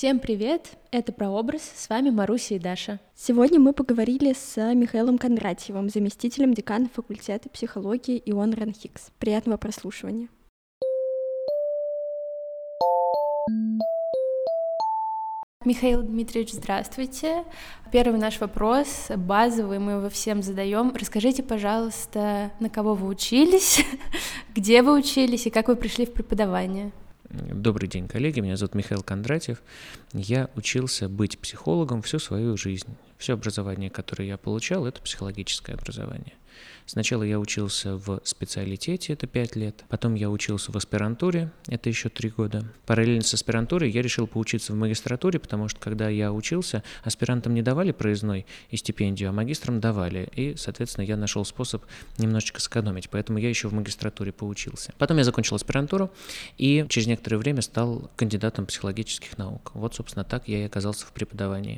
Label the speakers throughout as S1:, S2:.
S1: Всем привет! Это «Прообраз», с вами Маруся и Даша.
S2: Сегодня мы поговорили с Михаилом Кондратьевым, заместителем декана факультета психологии ИОН РАНХИКС. Приятного прослушивания.
S1: Михаил Дмитриевич, здравствуйте. Первый наш вопрос, базовый, мы его всем задаем. Расскажите, пожалуйста, на кого вы учились, где вы учились и как вы пришли в преподавание?
S3: Добрый день, коллеги, меня зовут Михаил Кондратьев. Я учился быть психологом всю свою жизнь. Все образование, которое я получал, это психологическое образование. Сначала я учился в специалитете, это 5 лет, потом я учился в аспирантуре, это еще 3 года. Параллельно с аспирантурой я решил поучиться в магистратуре, потому что когда я учился, аспирантам не давали проездной и стипендию, а магистрам давали, и, соответственно, я нашел способ немножечко сэкономить, поэтому я еще в магистратуре поучился. Потом я закончил аспирантуру и через некоторое время стал кандидатом психологических наук. Вот, собственно, так я и оказался в преподавании.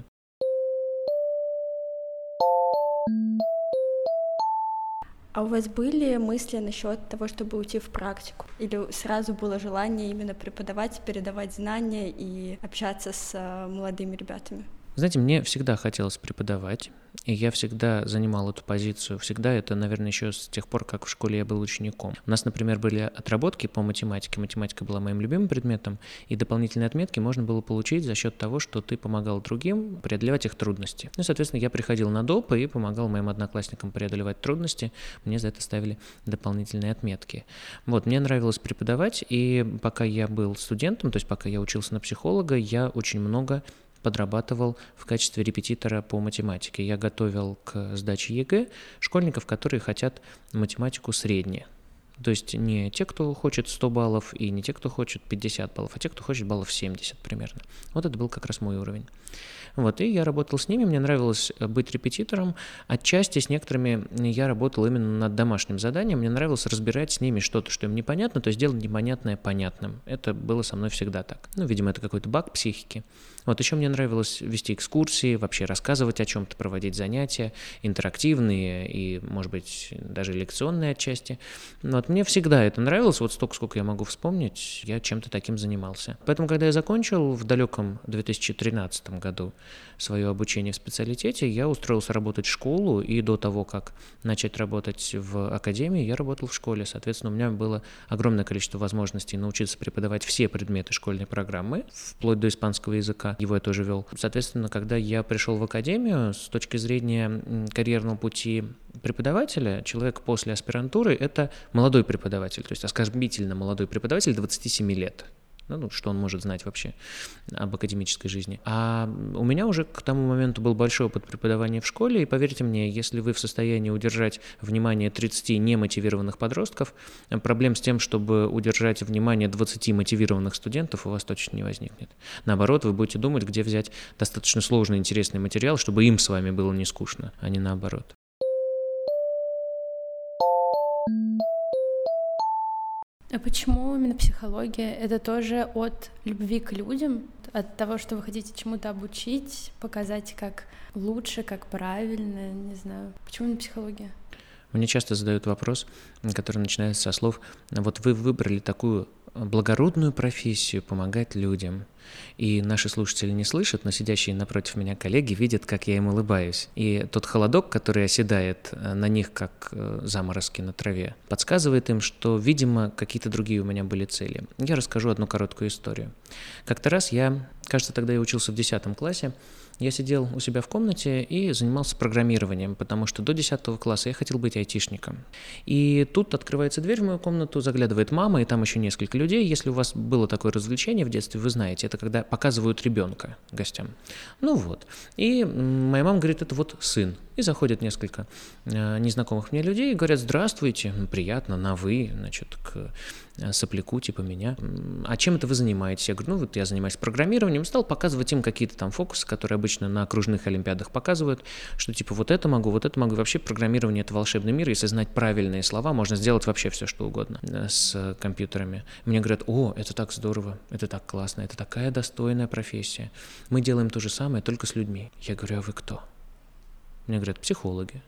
S2: А у вас были мысли насчет того, чтобы уйти в практику? Или сразу было желание именно преподавать, передавать знания и общаться с молодыми ребятами?
S3: Знаете, мне всегда хотелось преподавать, и я всегда занимал эту позицию. Всегда это, наверное, еще с тех пор, как в школе я был учеником. У нас, например, были отработки по математике. Математика была моим любимым предметом, и дополнительные отметки можно было получить за счет того, что ты помогал другим преодолевать их трудности. Ну, соответственно, я приходил на доп. И помогал моим одноклассникам преодолевать трудности. Мне за это ставили дополнительные отметки. Вот, мне нравилось преподавать, и пока я был студентом, то есть пока я учился на психолога, я очень много подрабатывал в качестве репетитора по математике. Я готовил к сдаче ЕГЭ школьников, которые хотят математику среднее. То есть не те, кто хочет 100 баллов, и не те, кто хочет 50 баллов, а те, кто хочет баллов 70 примерно. Вот это был как раз мой уровень. Вот, и я работал с ними, мне нравилось быть репетитором. Отчасти с некоторыми я работал именно над домашним заданием, мне нравилось разбирать с ними что-то, что им непонятно, то есть делать непонятное понятным. Это было со мной всегда так. Ну, видимо, это какой-то баг психики. Вот, еще мне нравилось вести экскурсии, вообще рассказывать о чем-то, проводить занятия, интерактивные и, может быть, даже лекционные отчасти. Вот, мне всегда это нравилось, вот столько, сколько я могу вспомнить, я чем-то таким занимался. Поэтому, когда я закончил в далеком 2013 году свое обучение в специалитете, я устроился работать в школу, и до того, как начать работать в академии, я работал в школе. Соответственно, у меня было огромное количество возможностей научиться преподавать все предметы школьной программы, вплоть до испанского языка. Его я тоже вел. Соответственно, когда я пришел в академию, с точки зрения карьерного пути преподавателя, человек после аспирантуры — это молодой преподаватель, то есть оскорбительно молодой преподаватель 27 лет. Ну, что он может знать вообще об академической жизни. А у меня уже к тому моменту был большой опыт преподавания в школе, и поверьте мне, если вы в состоянии удержать внимание 30 немотивированных подростков, проблем с тем, чтобы удержать внимание 20 мотивированных студентов, у вас точно не возникнет. Наоборот, вы будете думать, где взять достаточно сложный, интересный материал, чтобы им с вами было не скучно, а не наоборот.
S1: А почему именно психология? Это тоже от любви к людям, от того, что вы хотите чему-то обучить, показать, как лучше, как правильно, не знаю. Почему именно психология?
S3: Мне часто задают вопрос, который начинается со слов: вот вы выбрали такую благородную профессию — помогать людям. И наши слушатели не слышат, но сидящие напротив меня коллеги видят, как я им улыбаюсь. И тот холодок, который оседает на них, как заморозки на траве, подсказывает им, что, видимо, какие-то другие у меня были цели. Я расскажу одну короткую историю. Как-то раз кажется, тогда я учился в 10 классе, я сидел у себя в комнате и занимался программированием, потому что до 10 класса я хотел быть айтишником. И тут открывается дверь в мою комнату, заглядывает мама, и там еще несколько людей. Если у вас было такое развлечение в детстве, вы знаете, это когда показывают ребенка гостям. Ну вот. И моя мама говорит: это вот сын. И заходят несколько незнакомых мне людей и говорят: здравствуйте, приятно, на «вы», значит, к сопляку типа меня. А чем это вы занимаетесь? Я говорю: ну вот я занимаюсь программированием. Стал показывать им какие-то там фокусы, которые обычно на окружных олимпиадах показывают, что типа вот это могу. И вообще программирование — это волшебный мир. Если знать правильные слова, можно сделать вообще все, что угодно с компьютерами. Мне говорят: о, это так здорово, это так классно, это такая достойная профессия. Мы делаем то же самое, только с людьми. Я говорю: а вы кто? Мне говорят: психологи.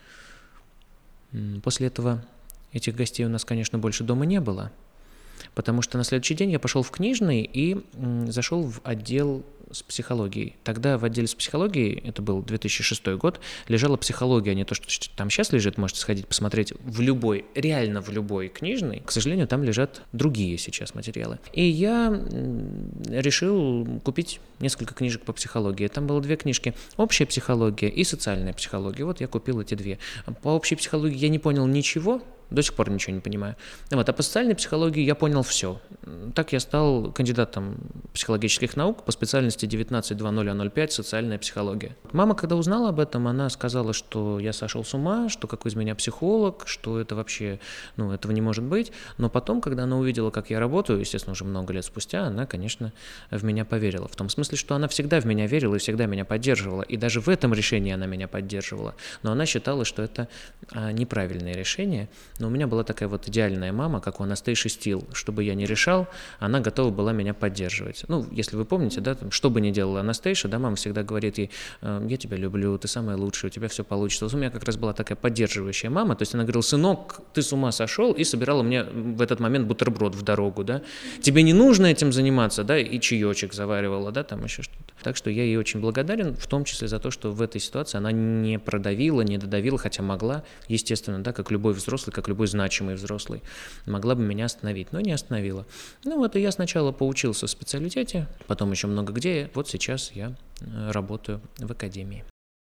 S3: После этого этих гостей у нас, конечно, больше дома не было, потому что на следующий день я пошел в книжный и зашел в отдел с психологией. Тогда в отделе с психологией, это был 2006 год, лежала психология, а не то, что там сейчас лежит, можете сходить посмотреть реально в любой книжной. К сожалению, там лежат другие сейчас материалы. И я решил купить несколько книжек по психологии. Там было 2 книжки: «Общая психология» и «Социальная психология». Вот я купил эти 2. По общей психологии я не понял ничего, до сих пор ничего не понимаю. А по социальной психологии я понял все. Так я стал кандидатом психологических наук по специальности 19-2005 «Социальная психология». Мама, когда узнала об этом, она сказала, что я сошел с ума, что какой из меня психолог, что это вообще, этого не может быть. Но потом, когда она увидела, как я работаю, естественно, уже много лет спустя, она, конечно, в меня поверила. В том смысле, что она всегда в меня верила и всегда меня поддерживала. И даже в этом решении она меня поддерживала. Но она считала, что это неправильное решение. Но у меня была такая вот идеальная мама, как у Анастейши Стил. Что бы я ни решал, она готова была меня поддерживать. Если вы помните, да, что бы ни делала Анастейша, да, мама всегда говорит ей: я тебя люблю, ты самая лучшая, у тебя все получится. У меня как раз была такая поддерживающая мама, то есть она говорила: сынок, ты с ума сошел, и собирала мне в этот момент бутерброд в дорогу, да. Тебе не нужно этим заниматься, да, и чаечек заваривала, да, там еще что-то. Так что я ей очень благодарен, в том числе за то, что в этой ситуации она не продавила, не додавила, хотя могла, естественно, да, как любой взрослый, как любой значимый взрослый, могла бы меня остановить, но не остановила. И я сначала поучился в специалитете, потом еще много где, вот сейчас я работаю в академии.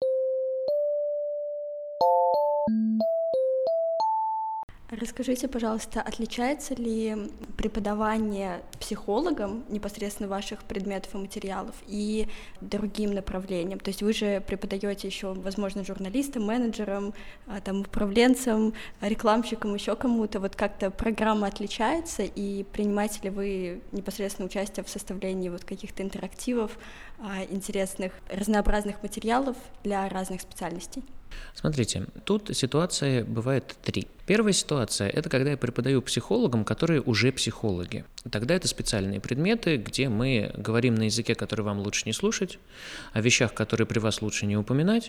S2: Расскажите, пожалуйста, отличается ли преподавание психологом непосредственно ваших предметов и материалов и другим направлениям? То есть вы же преподаете еще, возможно, журналистам, менеджерам, управленцам, рекламщикам, еще кому-то. Вот как-то программа отличается, и принимаете ли вы непосредственно участие в составлении каких-то интерактивов, интересных, разнообразных материалов для разных специальностей?
S3: Смотрите, тут ситуации бывает 3. Первая ситуация – это когда я преподаю психологам, которые уже психологи. Тогда это специальные предметы, где мы говорим на языке, который вам лучше не слушать, о вещах, которые при вас лучше не упоминать,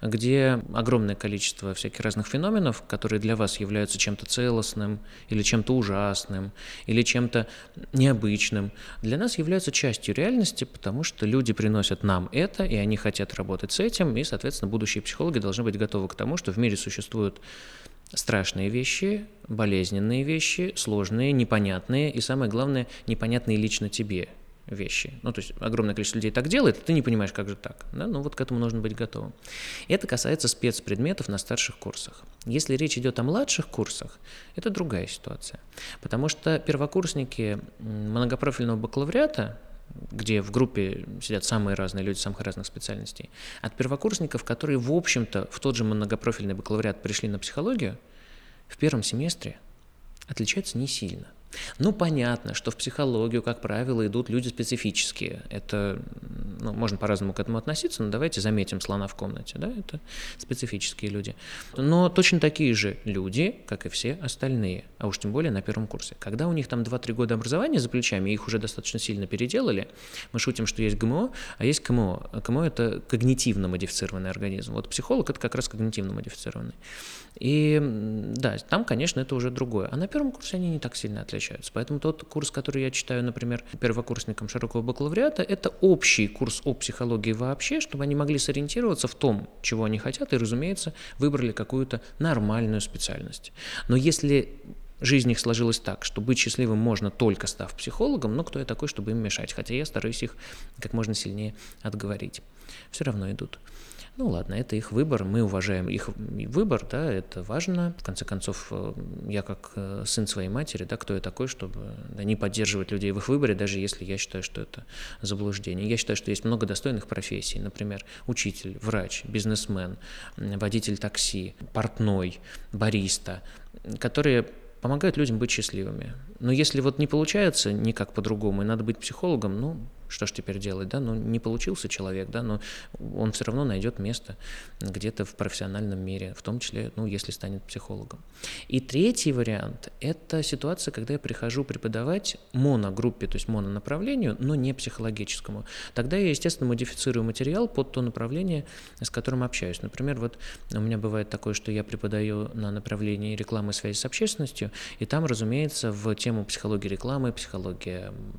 S3: где огромное количество всяких разных феноменов, которые для вас являются чем-то целостным, или чем-то ужасным, или чем-то необычным, для нас являются частью реальности, потому что люди приносят нам это, и они хотят работать с этим, и, соответственно, будущие психологи должны быть готовы к тому, что в мире существуют страшные вещи, болезненные вещи, сложные, непонятные и, самое главное, непонятные лично тебе вещи. То есть огромное количество людей так делает, и ты не понимаешь, как же так. Да? К этому нужно быть готовым. Это касается спецпредметов на старших курсах. Если речь идет о младших курсах, это другая ситуация. Потому что первокурсники многопрофильного бакалавриата, где в группе сидят самые разные люди самых разных специальностей, от первокурсников, которые, в общем-то, в тот же многопрофильный бакалавриат пришли на психологию, в первом семестре отличаются не сильно. Понятно, что в психологию, как правило, идут люди специфические. Это, можно по-разному к этому относиться, но давайте заметим слона в комнате, да, это специфические люди. Но точно такие же люди, как и все остальные, а уж тем более на первом курсе. Когда у них там 2-3 года образования за плечами, их уже достаточно сильно переделали, мы шутим, что есть ГМО, а есть КМО. КМО – это когнитивно модифицированный организм. Вот психолог – это как раз когнитивно модифицированный. И да, там, конечно, это уже другое. А на первом курсе они не так сильно отличаются. Поэтому тот курс, который я читаю, например, первокурсникам широкого бакалавриата, это общий курс о психологии вообще, чтобы они могли сориентироваться в том, чего они хотят, и, разумеется, выбрали какую-то нормальную специальность. Но если жизнь их сложилась так, что быть счастливым можно только став психологом, кто я такой, чтобы им мешать? Хотя я стараюсь их как можно сильнее отговорить. Все равно идут. Ладно, это их выбор, мы уважаем их выбор, да, это важно. В конце концов, я как сын своей матери, да, кто я такой, чтобы не поддерживать людей в их выборе, даже если я считаю, что это заблуждение. Я считаю, что есть много достойных профессий, например, учитель, врач, бизнесмен, водитель такси, портной, бариста, которые помогают людям быть счастливыми. Но если не получается никак по-другому, и надо быть психологом, что ж теперь делать, да, не получился человек, да, но он все равно найдет место где-то в профессиональном мире, в том числе, если станет психологом. И третий вариант – это ситуация, когда я прихожу преподавать моногруппе, то есть мононаправлению, но не психологическому. Тогда я, естественно, модифицирую материал под то направление, с которым общаюсь. Например, у меня бывает такое, что я преподаю на направлении рекламы и связи с общественностью, и там, разумеется, в тему психологии рекламы, психология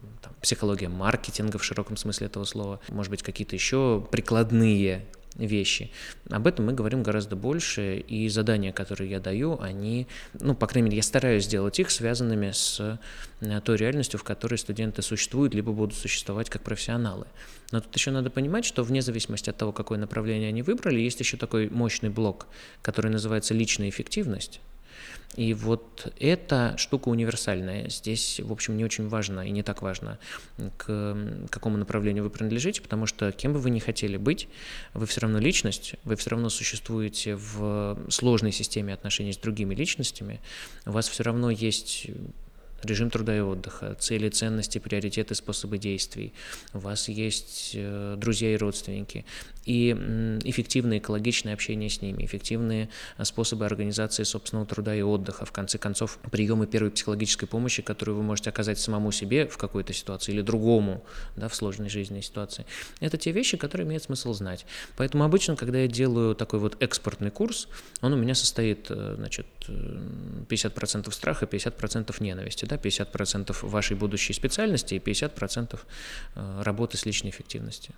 S3: психология маркетинга в широком смысле этого слова, может быть, какие-то еще прикладные вещи. Об этом мы говорим гораздо больше, и задания, которые я даю, они, по крайней мере, я стараюсь сделать их связанными с той реальностью, в которой студенты существуют, либо будут существовать как профессионалы. Но тут еще надо понимать, что вне зависимости от того, какое направление они выбрали, есть еще такой мощный блок, который называется личная эффективность. И вот эта штука универсальная. Здесь, в общем, не очень важно и не так важно, к какому направлению вы принадлежите, потому что кем бы вы ни хотели быть, вы все равно личность, вы все равно существуете в сложной системе отношений с другими личностями, у вас все равно есть режим труда и отдыха, цели, ценности, приоритеты, способы действий. У вас есть друзья и родственники. И эффективное экологичное общение с ними, эффективные способы организации собственного труда и отдыха, в конце концов, приемы первой психологической помощи, которую вы можете оказать самому себе в какой-то ситуации или другому, в сложной жизненной ситуации. Это те вещи, которые имеет смысл знать. Поэтому обычно, когда я делаю такой вот экспортный курс, он у меня состоит, 50% страха, 50% ненависти, 50% вашей будущей специальности и 50% работы с личной эффективностью.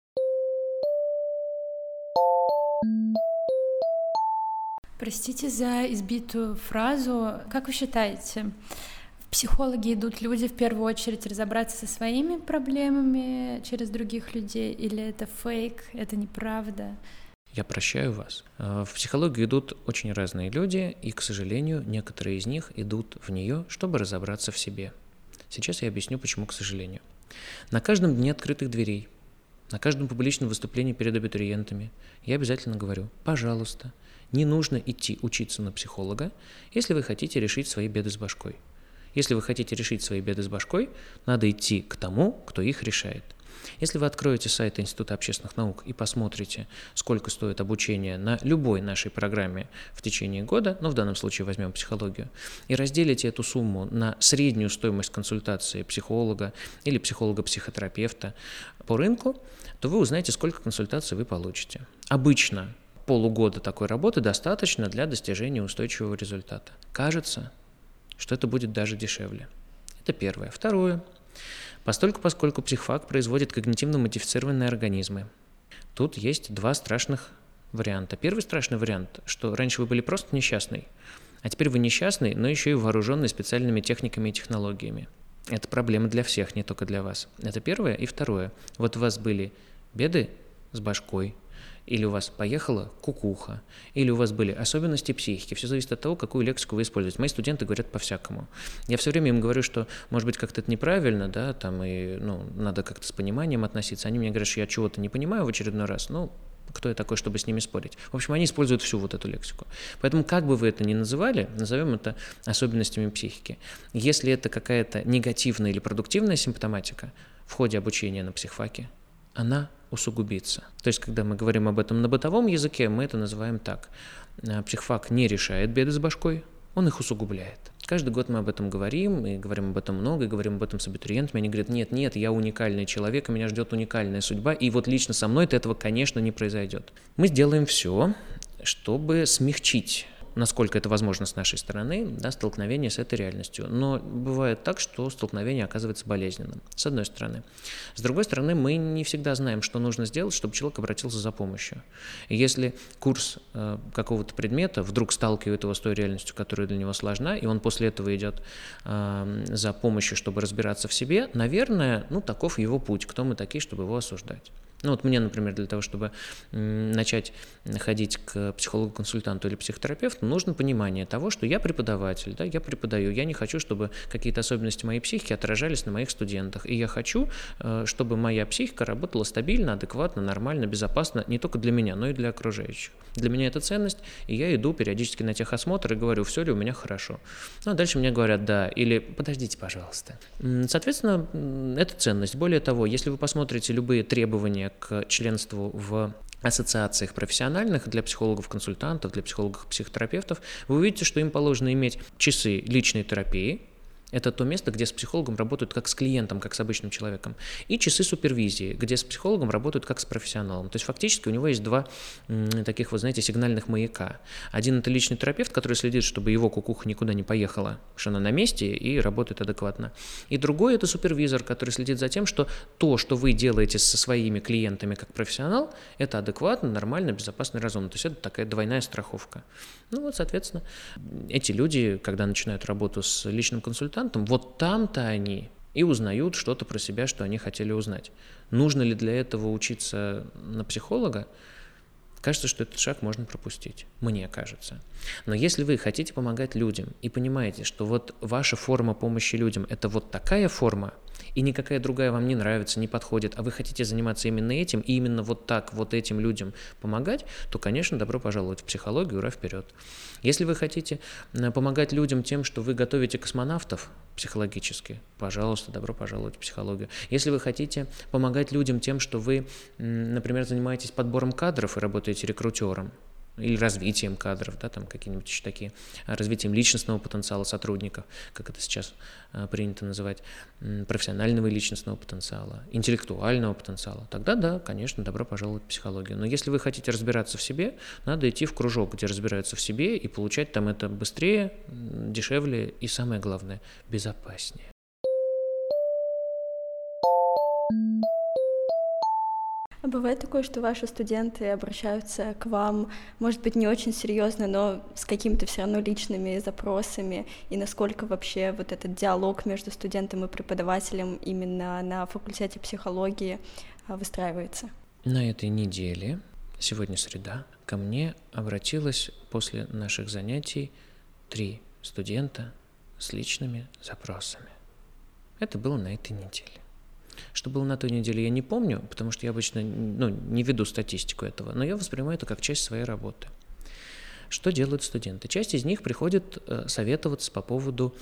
S1: Простите за избитую фразу. Как вы считаете, в психологи идут люди в первую очередь разобраться со своими проблемами через других людей, или это фейк, это неправда?
S3: Я прощаю вас. В психологию идут очень разные люди, и, к сожалению, некоторые из них идут в нее, чтобы разобраться в себе. Сейчас я объясню, почему, к сожалению. На каждом дне открытых дверей, на каждом публичном выступлении перед абитуриентами я обязательно говорю: пожалуйста, не нужно идти учиться на психолога, если вы хотите решить свои беды с башкой. Если вы хотите решить свои беды с башкой, надо идти к тому, кто их решает. Если вы откроете сайт Института общественных наук и посмотрите, сколько стоит обучение на любой нашей программе в течение года, в данном случае возьмем психологию, и разделите эту сумму на среднюю стоимость консультации психолога или психолога-психотерапевта по рынку, то вы узнаете, сколько консультаций вы получите. Обычно полугода такой работы достаточно для достижения устойчивого результата. Кажется, что это будет даже дешевле. Это первое. Второе. Поскольку психфак производит когнитивно-модифицированные организмы, тут есть два страшных варианта. Первый страшный вариант, что раньше вы были просто несчастный, а теперь вы несчастный, но еще и вооруженный специальными техниками и технологиями. Это проблема для всех, не только для вас. Это первое. И второе. Вот у вас были беды с башкой, или у вас поехала кукуха, или у вас были особенности психики. Все зависит от того, какую лексику вы используете. Мои студенты говорят по-всякому. Я все время им говорю, что, может быть, как-то это неправильно, надо как-то с пониманием относиться. Они мне говорят, что я чего-то не понимаю в очередной раз. Кто я такой, чтобы с ними спорить? В общем, они используют всю вот эту лексику. Поэтому, как бы вы это ни называли, назовем это особенностями психики. Если это какая-то негативная или продуктивная симптоматика в ходе обучения на психфаке, она усугубится. То есть, когда мы говорим об этом на бытовом языке, мы это называем так. Психфак не решает беды с башкой, он их усугубляет. Каждый год мы об этом говорим, и говорим об этом много, и говорим об этом с абитуриентами. Они говорят: нет, я уникальный человек, и меня ждет уникальная судьба, и вот лично со мной этого, конечно, не произойдет. Мы сделаем все, чтобы смягчить, насколько это возможно с нашей стороны, столкновение с этой реальностью. Но бывает так, что столкновение оказывается болезненным, с одной стороны. С другой стороны, мы не всегда знаем, что нужно сделать, чтобы человек обратился за помощью. И если курс какого-то предмета вдруг сталкивает его с той реальностью, которая для него сложна, и он после этого идет за помощью, чтобы разбираться в себе, наверное, таков его путь. Кто мы такие, чтобы его осуждать? Мне, например, для того, чтобы начать ходить к психологу-консультанту или психотерапевту, нужно понимание того, что я преподаватель, я преподаю, я не хочу, чтобы какие-то особенности моей психики отражались на моих студентах, и я хочу, чтобы моя психика работала стабильно, адекватно, нормально, безопасно, не только для меня, но и для окружающих. Для меня это ценность, и я иду периодически на техосмотр и говорю: все ли у меня хорошо. А дальше мне говорят: да, или подождите, пожалуйста. Соответственно, это ценность. Более того, если вы посмотрите любые требования к членству в ассоциациях профессиональных для психологов-консультантов, для психологов-психотерапевтов, вы увидите, что им положено иметь часы личной терапии, Это то место, где с психологом работают как с клиентом, как с обычным человеком. И часы супервизии, где с психологом работают как с профессионалом. То есть фактически у него есть два таких, вы знаете, сигнальных маяка. Один — это личный терапевт, который следит, чтобы его кукуха никуда не поехала, что она на месте и работает адекватно. И другой — это супервизор, который следит за тем, что то, что вы делаете со своими клиентами как профессионал, это адекватно, нормально, безопасно и разумно. То есть это такая двойная страховка. Ну вот, соответственно, эти люди, когда начинают работу с личным консультантом, вот там-то они и узнают что-то про себя, что они хотели узнать. Нужно ли для этого учиться на психолога? Кажется, что этот шаг можно пропустить, мне кажется. Но если вы хотите помогать людям и понимаете, что вот ваша форма помощи людям – это вот такая форма, и никакая другая вам не нравится, не подходит, а вы хотите заниматься именно этим, и именно вот так вот этим людям помогать, то, конечно, добро пожаловать в психологию, ура, вперед. Если вы хотите помогать людям тем, что вы готовите космонавтов психологически, пожалуйста, добро пожаловать в психологию. Если вы хотите помогать людям тем, что вы, например, занимаетесь подбором кадров и работаете рекрутером, или развитием кадров, да, там какие-нибудь еще такие, развитием личностного потенциала сотрудников, как это сейчас принято называть, профессионального и личностного потенциала, интеллектуального потенциала, тогда да, конечно, добро пожаловать в психологию. Но если вы хотите разбираться в себе, надо идти в кружок, где разбираются в себе, и получать там это быстрее, дешевле и, самое главное, безопаснее.
S2: А бывает такое, что ваши студенты обращаются к вам, может быть, не очень серьезно, но с какими-то все равно личными запросами, и насколько вообще вот этот диалог между студентом и преподавателем именно на факультете психологии выстраивается?
S3: На этой неделе, сегодня среда, ко мне обратилось после наших занятий 3 студента с личными запросами. Это было на этой неделе. Что было на той неделе, я не помню, потому что я обычно не веду статистику этого, но я воспринимаю это как часть своей работы. Что делают студенты? Часть из них приходит советоваться по поводу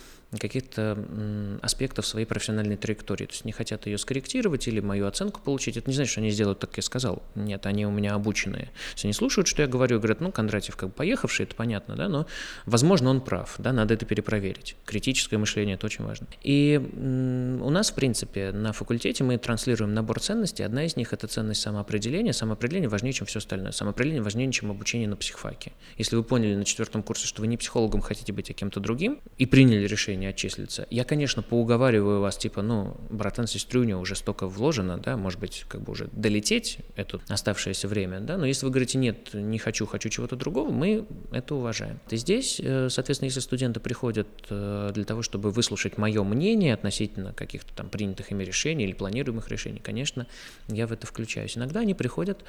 S3: каких-то аспектов своей профессиональной траектории. То есть не хотят ее скорректировать или мою оценку получить. Это не значит, что они сделают так, как я сказал. Нет, они у меня обученные. То есть они слушают, что я говорю, и говорят, Кондратьев как бы поехавший, это понятно, да, но, возможно, он прав, да, надо это перепроверить. Критическое мышление – это очень важно. И у нас, в принципе, на факультете мы транслируем набор ценностей. Одна из них – это ценность самоопределения. Самоопределение важнее, чем все остальное. Самоопределение важнее, чем обучение на психфаке. Если вы поняли на 4 курсе, что вы не психологом хотите быть, а кем-то другим, и приняли решение отчислиться, я, конечно, поуговариваю вас, типа, братан, сестрюня, уже столько вложено, да, может быть, как бы уже долететь это оставшееся время, да, но если вы говорите, нет, не хочу, хочу чего-то другого, мы это уважаем. И здесь, соответственно, если студенты приходят для того, чтобы выслушать мое мнение относительно каких-то там принятых ими решений или планируемых решений, конечно, я в это включаюсь. Иногда они приходят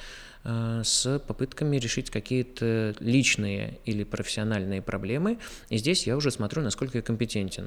S3: с попытками решить какие-то личные или профессиональные проблемы, и здесь я уже смотрю, насколько я компетентен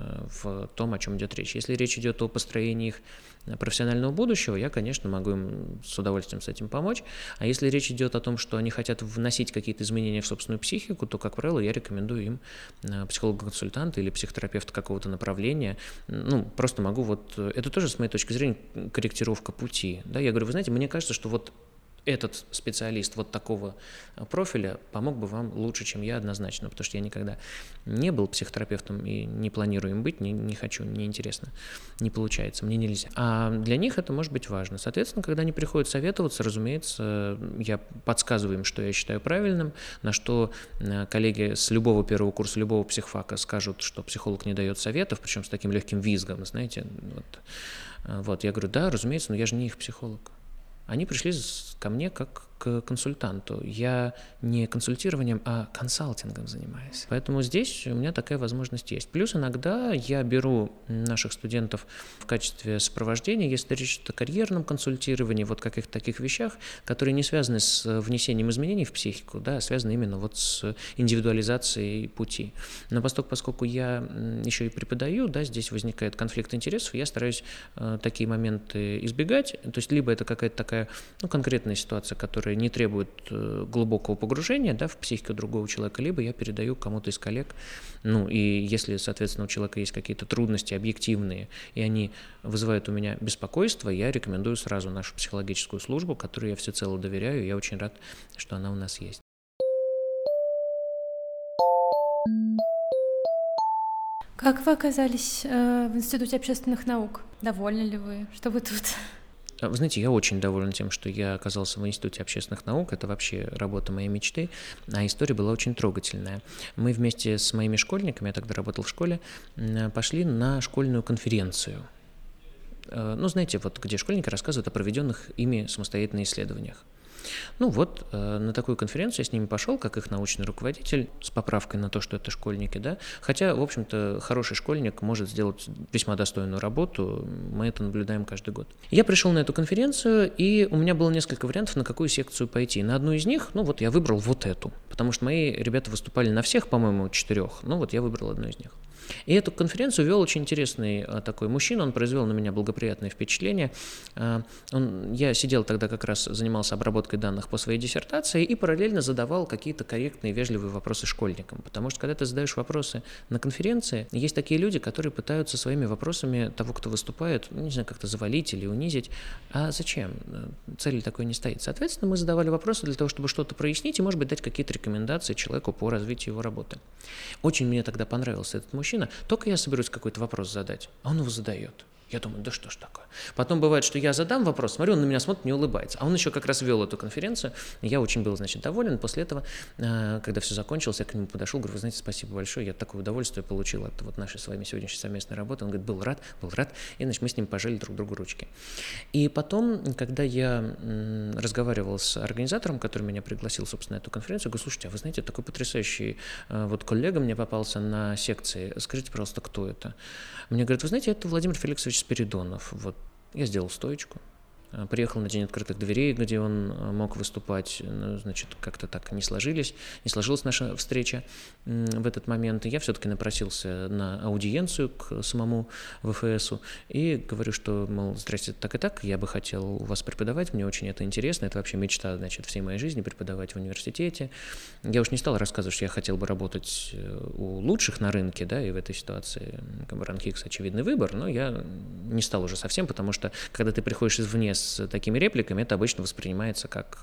S3: в том, о чем идет речь. Если речь идет о построении их профессионального будущего, я, конечно, могу им с удовольствием с этим помочь. А если речь идет о том, что они хотят вносить какие-то изменения в собственную психику, то, как правило, я рекомендую им психолога-консультанта или психотерапевта какого-то направления. Просто могу это тоже, с моей точки зрения, корректировка пути. Да? Я говорю, вы знаете, мне кажется, что этот специалист вот такого профиля помог бы вам лучше, чем я, однозначно, потому что я никогда не был психотерапевтом и не планирую им быть, не хочу, неинтересно, не получается, мне нельзя. А для них это может быть важно. Соответственно, когда они приходят советоваться, разумеется, я подсказываю им, что я считаю правильным, на что коллеги с любого первого курса, любого психфака скажут, что психолог не дает советов, причем с таким легким визгом, знаете. Я говорю, да, разумеется, но я же не их психолог. Они пришли ко мне как к консультанту. Я не консультированием, а консалтингом занимаюсь. Поэтому здесь у меня такая возможность есть. Плюс иногда я беру наших студентов в качестве сопровождения, если речь идет о карьерном консультировании, каких-то таких вещах, которые не связаны с внесением изменений в психику, да, а связаны именно с индивидуализацией пути. Но поскольку я еще и преподаю, да, здесь возникает конфликт интересов, я стараюсь такие моменты избегать. То есть либо это какая-то такая конкретная ситуация, которая не требует глубокого погружения, да, в психику другого человека, либо я передаю кому-то из коллег. И если, соответственно, у человека есть какие-то трудности объективные, и они вызывают у меня беспокойство, я рекомендую сразу нашу психологическую службу, которой я всецело доверяю, и я очень рад, что она у нас есть.
S1: Как вы оказались в Институте общественных наук? Довольны ли вы, что вы тут?
S3: Вы знаете, я очень доволен тем, что я оказался в Институте общественных наук. Это вообще работа моей мечты, а история была очень трогательная. Мы вместе с моими школьниками, я тогда работал в школе, пошли на школьную конференцию. Ну, знаете, вот где школьники рассказывают о проведенных ими самостоятельных исследованиях. Ну вот, на такую конференцию я с ними пошел, как их научный руководитель, с поправкой на то, что это школьники, да, хотя, в общем-то, хороший школьник может сделать весьма достойную работу, мы это наблюдаем каждый год. Я пришел на эту конференцию, и у меня было несколько вариантов, на какую секцию пойти. На одну из них, ну вот я выбрал вот эту, потому что мои ребята выступали на всех, по-моему, 4, ну вот я выбрал одну из них. И эту конференцию вел очень интересный такой мужчина, он произвел на меня благоприятное впечатление. Я сидел тогда, как раз занимался обработкой данных по своей диссертации и параллельно задавал какие-то корректные, вежливые вопросы школьникам. Потому что, когда ты задаешь вопросы на конференции, есть такие люди, которые пытаются своими вопросами того, кто выступает, не знаю, как-то завалить или унизить. А зачем? Цели такой не стоит. Соответственно, мы задавали вопросы для того, чтобы что-то прояснить и, может быть, дать какие-то рекомендации человеку по развитию его работы. Очень мне тогда понравился этот мужчина. Только я соберусь какой-то вопрос задать, а он его задает. Я думаю, да что ж такое. Потом бывает, что я задам вопрос, смотрю, он на меня смотрит, не улыбается. А он еще как раз вел эту конференцию, и я очень был, значит, доволен. После этого, когда все закончилось, я к нему подошел, говорю, вы знаете, спасибо большое, я такое удовольствие получил от вот нашей с вами сегодняшней совместной работы. Он говорит, был рад. И, значит, мы с ним пожали друг другу ручки. И потом, когда я разговаривал с организатором, который меня пригласил, собственно, на эту конференцию, я говорю, слушайте, а вы знаете, такой потрясающий вот коллега мне попался на секции, скажите, пожалуйста, кто это? Мне говорят, вы знаете, это Владимир Феликсович Спиридонов. Вот я сделал стоечку, приехал на День открытых дверей, где он мог выступать, ну, значит, как-то так не сложилась наша встреча в этот момент, и я все-таки напросился на аудиенцию к самому ВФСу и говорю, что, мол, здрасте, так и так, я бы хотел у вас преподавать, мне очень это интересно, это вообще мечта, значит, всей моей жизни, преподавать в университете. Я уж не стал рассказывать, что я хотел бы работать у лучших на рынке, да, и в этой ситуации, как бы, РАНХИКС очевидный выбор, но я не стал уже совсем, потому что, когда ты приходишь извне с такими репликами, это обычно воспринимается как,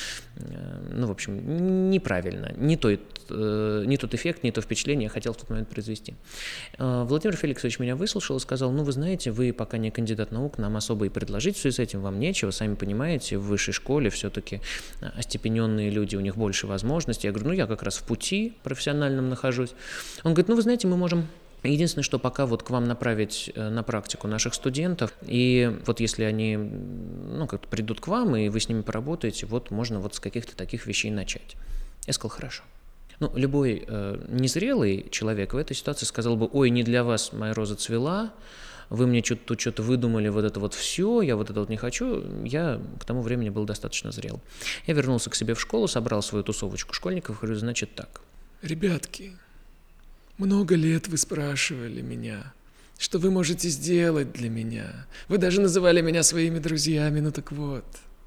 S3: ну, в общем, неправильно, не тот эффект, не то впечатление я хотел в тот момент произвести. Владимир Феликсович меня выслушал и сказал, ну, вы знаете, вы пока не кандидат наук, нам особо и предложить в связи с этим вам нечего, сами понимаете, в высшей школе все-таки остепененные люди, у них больше возможностей. Я говорю, ну, я как раз в пути профессиональном нахожусь. Он говорит, ну, вы знаете, мы можем... Единственное, что пока вот к вам направить на практику наших студентов, и вот если они, ну, как-то придут к вам, и вы с ними поработаете, вот можно вот с каких-то таких вещей начать. Я сказал, хорошо. Ну, любой незрелый человек в этой ситуации сказал бы, ой, не для вас моя роза цвела, вы мне тут что-то выдумали, вот это вот все, я вот это вот не хочу. Я к тому времени был достаточно зрел. Я вернулся к себе в школу, собрал свою тусовочку школьников, говорю, значит так.
S4: Ребятки, много лет вы спрашивали меня, что вы можете сделать для меня. Вы даже называли меня своими друзьями, ну так вот.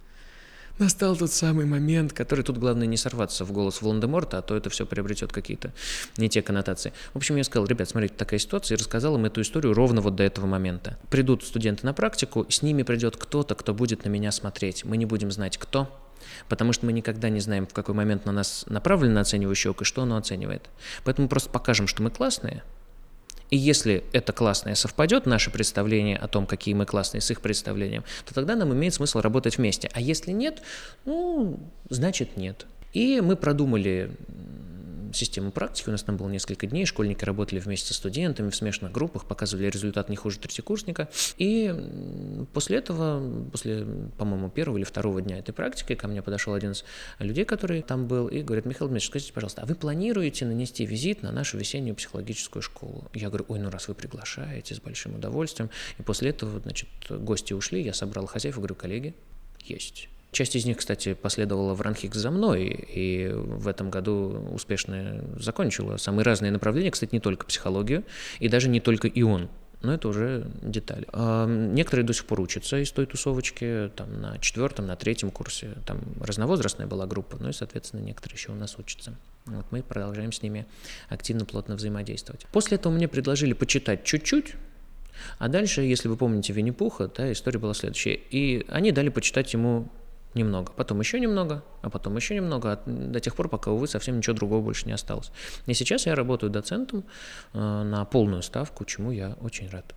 S4: Настал тот самый момент,
S3: который тут главное не сорваться в голос Волан-де-Морта, а то это все приобретет какие-то не те коннотации. В общем, я сказал, ребят, смотрите, такая ситуация, и рассказал им эту историю ровно вот до этого момента. Придут студенты на практику, с ними придет кто-то, кто будет на меня смотреть. Мы не будем знать, кто, потому что мы никогда не знаем, в какой момент на нас направлено оценивающее око и что оно оценивает. Поэтому просто покажем, что мы классные. И если это классное совпадет, наше представление о том, какие мы классные, с их представлением, то тогда нам имеет смысл работать вместе. А если нет, ну, значит нет. И мы продумали систему практики, у нас там было несколько дней, школьники работали вместе со студентами в смешанных группах, показывали результат не хуже третьекурсника. И после этого, после, по-моему, 1-го или 2-го дня этой практики, ко мне подошел один из людей, который там был, и говорит, Михаил Дмитриевич, скажите, пожалуйста, а вы планируете нанести визит на нашу весеннюю психологическую школу? Я говорю, ой, ну раз вы приглашаете, с большим удовольствием. И после этого, значит, гости ушли, я собрал хозяев и говорю, коллеги, есть. Часть из них, кстати, последовала в РАНХИКС за мной, и в этом году успешно закончила самые разные направления, кстати, не только психологию, и даже не только ИОН, но это уже детали. Некоторые до сих пор учатся из той тусовочки, там, на 4-м, на 3-м курсе, там разновозрастная была группа, ну и, соответственно, некоторые еще у нас учатся. Вот мы продолжаем с ними активно, плотно взаимодействовать. После этого мне предложили почитать чуть-чуть, а дальше, если вы помните Винни-Пуха, да, история была следующая, и они дали почитать ему немного, потом еще немного, а потом еще немного, до тех пор, пока, увы, совсем ничего другого больше не осталось. И сейчас я работаю доцентом на полную ставку, чему я очень рад.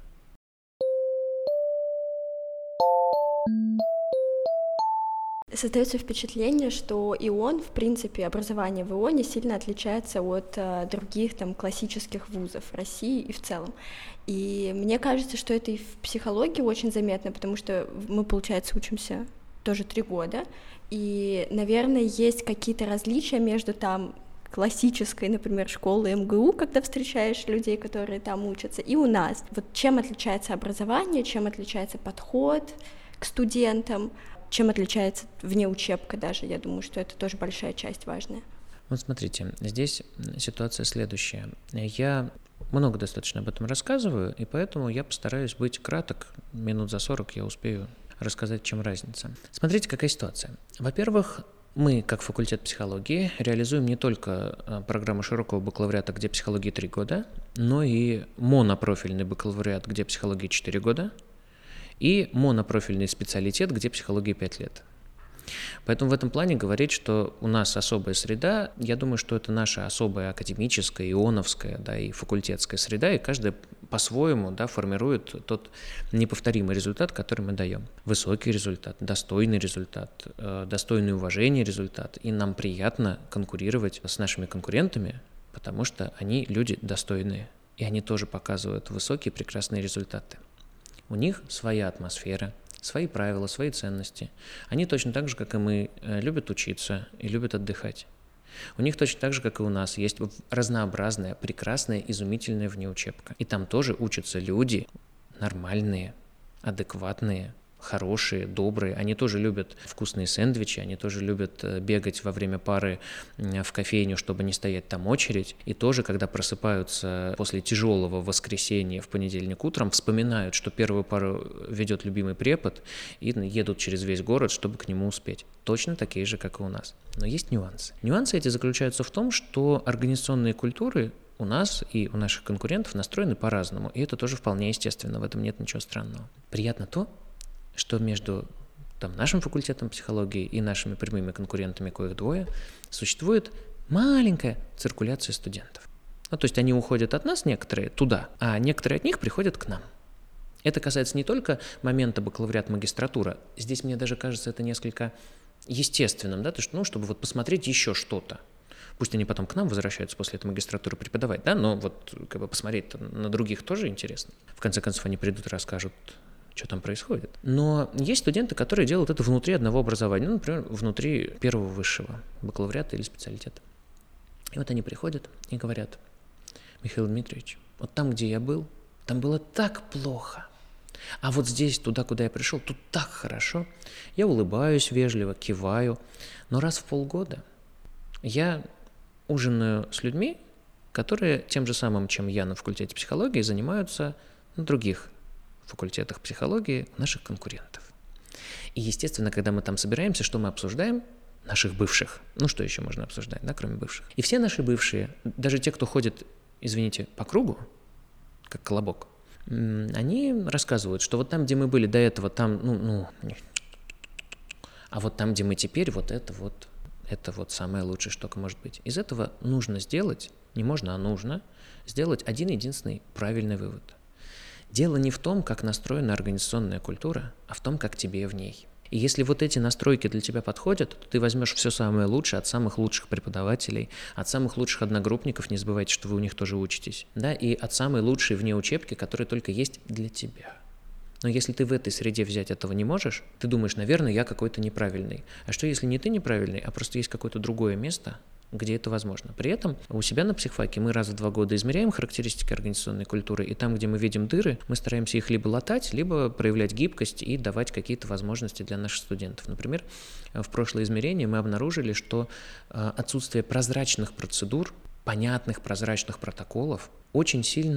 S2: Создается впечатление, что ИОН, в принципе, образование в ИОНе сильно отличается от других там классических вузов России и в целом. И мне кажется, что это и в психологии очень заметно, потому что мы, получается, учимся тоже 3 года, и, наверное, есть какие-то различия между там классической, например, школой МГУ, когда встречаешь людей, которые там учатся, и у нас. Вот чем отличается образование, чем отличается подход к студентам, чем отличается внеучебка даже, я думаю, что это тоже большая часть важная.
S3: Вот смотрите, здесь ситуация следующая. Я много достаточно об этом рассказываю, и поэтому я постараюсь быть краток, минут за 40 я успею рассказать, в чем разница. Смотрите, какая ситуация. Во-первых, мы, как факультет психологии, реализуем не только программу широкого бакалавриата, где психология 3 года, но и монопрофильный бакалавриат, где психология 4 года, и монопрофильный специалитет, где психология 5 лет. Поэтому в этом плане говорить, что у нас особая среда, я думаю, что это наша особая академическая, ионовская, да, и факультетская среда, и каждая по-своему, да, формирует тот неповторимый результат, который мы даем. Высокий результат, достойный уважения результат, и нам приятно конкурировать с нашими конкурентами, потому что они люди достойные, и они тоже показывают высокие прекрасные результаты. У них своя атмосфера, свои правила, свои ценности. Они точно так же, как и мы, любят учиться и любят отдыхать. У них точно так же, как и у нас, есть разнообразная, прекрасная, изумительная внеучебка. И там тоже учатся люди нормальные, адекватные, хорошие, добрые. Они тоже любят вкусные сэндвичи, они тоже любят бегать во время пары в кофейню, чтобы не стоять там очередь. И тоже, когда просыпаются после тяжелого воскресенья в понедельник утром, вспоминают, что первую пару ведет любимый препод, и едут через весь город, чтобы к нему успеть. Точно такие же, как и у нас. Но есть нюансы. Нюансы эти заключаются в том, что организационные культуры у нас и у наших конкурентов настроены по-разному, и это тоже вполне естественно, в этом нет ничего странного. Приятно то, что между нашим факультетом психологии и нашими прямыми конкурентами, коих 2, существует маленькая циркуляция студентов. То есть они уходят от нас некоторые туда, а некоторые от них приходят к нам. Это касается не только момента бакалавриат-магистратура. Здесь, мне даже кажется, это несколько естественным, да, то, что, чтобы посмотреть еще что-то. Пусть они потом к нам возвращаются после этой магистратуры преподавать, да, но посмотреть на других тоже интересно. В конце концов, они придут и расскажут, что там происходит. Но есть студенты, которые делают это внутри одного образования, например, внутри первого высшего бакалавриата или специалитета. И вот они приходят и говорят: Михаил Дмитриевич, вот там, где я был, там было так плохо. А вот здесь, туда, куда я пришел, тут так хорошо. Я улыбаюсь вежливо, киваю. Но раз в полгода я ужинаю с людьми, которые тем же самым, чем я на факультете психологии, занимаются на других факультетах психологии наших конкурентов. И, естественно, когда мы там собираемся, что мы обсуждаем? Наших бывших. Что еще можно обсуждать, да, кроме бывших? И все наши бывшие, даже те, кто ходит, извините, по кругу, как колобок, они рассказывают, что вот там, где мы были до этого, там, а вот там, где мы теперь, это самое лучшее, что может быть. Из этого нужно сделать, не можно, а нужно, сделать один единственный правильный вывод. Дело не в том, как настроена организационная культура, а в том, как тебе в ней. И если вот эти настройки для тебя подходят, то ты возьмешь все самое лучшее от самых лучших преподавателей, от самых лучших одногруппников, не забывайте, что вы у них тоже учитесь, да, и от самой лучшей внеучебки, которая только есть для тебя. Но если ты в этой среде взять этого не можешь, ты думаешь, наверное, я какой-то неправильный. А что, если не ты неправильный, а просто есть какое-то другое место, где это возможно? При этом у себя на психфаке мы раз в 2 года измеряем характеристики организационной культуры, и там, где мы видим дыры, мы стараемся их либо латать, либо проявлять гибкость и давать какие-то возможности для наших студентов. Например, в прошлое измерение мы обнаружили, что отсутствие прозрачных процедур, понятных прозрачных протоколов очень сильно